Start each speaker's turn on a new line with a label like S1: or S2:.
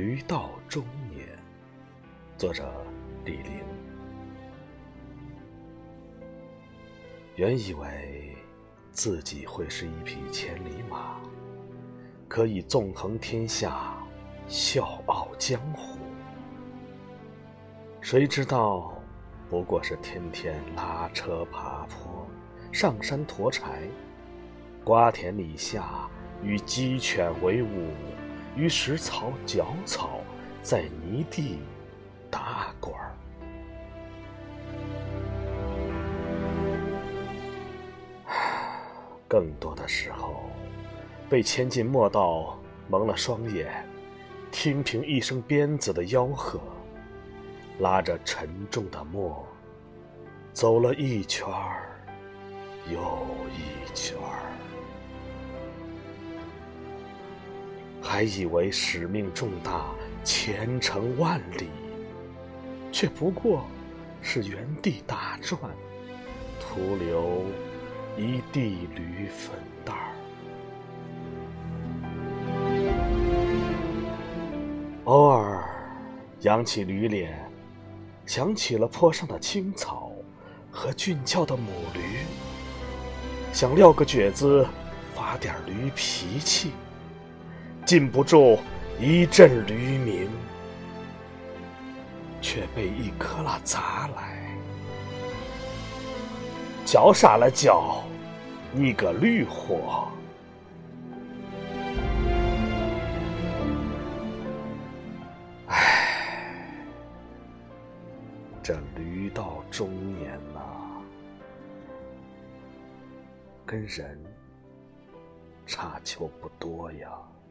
S1: 驴到中年，作者李陵。原以为自己会是一匹千里马，可以纵横天下，笑傲江湖。谁知道不过是天天拉车爬坡，上山驮柴，瓜田李下，与鸡犬为伍，于食草嚼草，在泥地打滚儿。更多的时候，被牵进磨道，蒙了双眼，听凭一声鞭子的吆喝，拉着沉重的磨，走了一圈儿又一圈儿。还以为使命重大，前程万里，却不过是原地打转，徒留一地驴粪蛋儿。偶尔扬起驴脸，想起了坡上的青草和俊俏的母驴，想撂个蹶子发点驴脾气，禁不住一阵驴鸣，却被一克拉砸来。脚傻了脚，你个驴货！唉，这驴到中年了，跟人差球不多呀。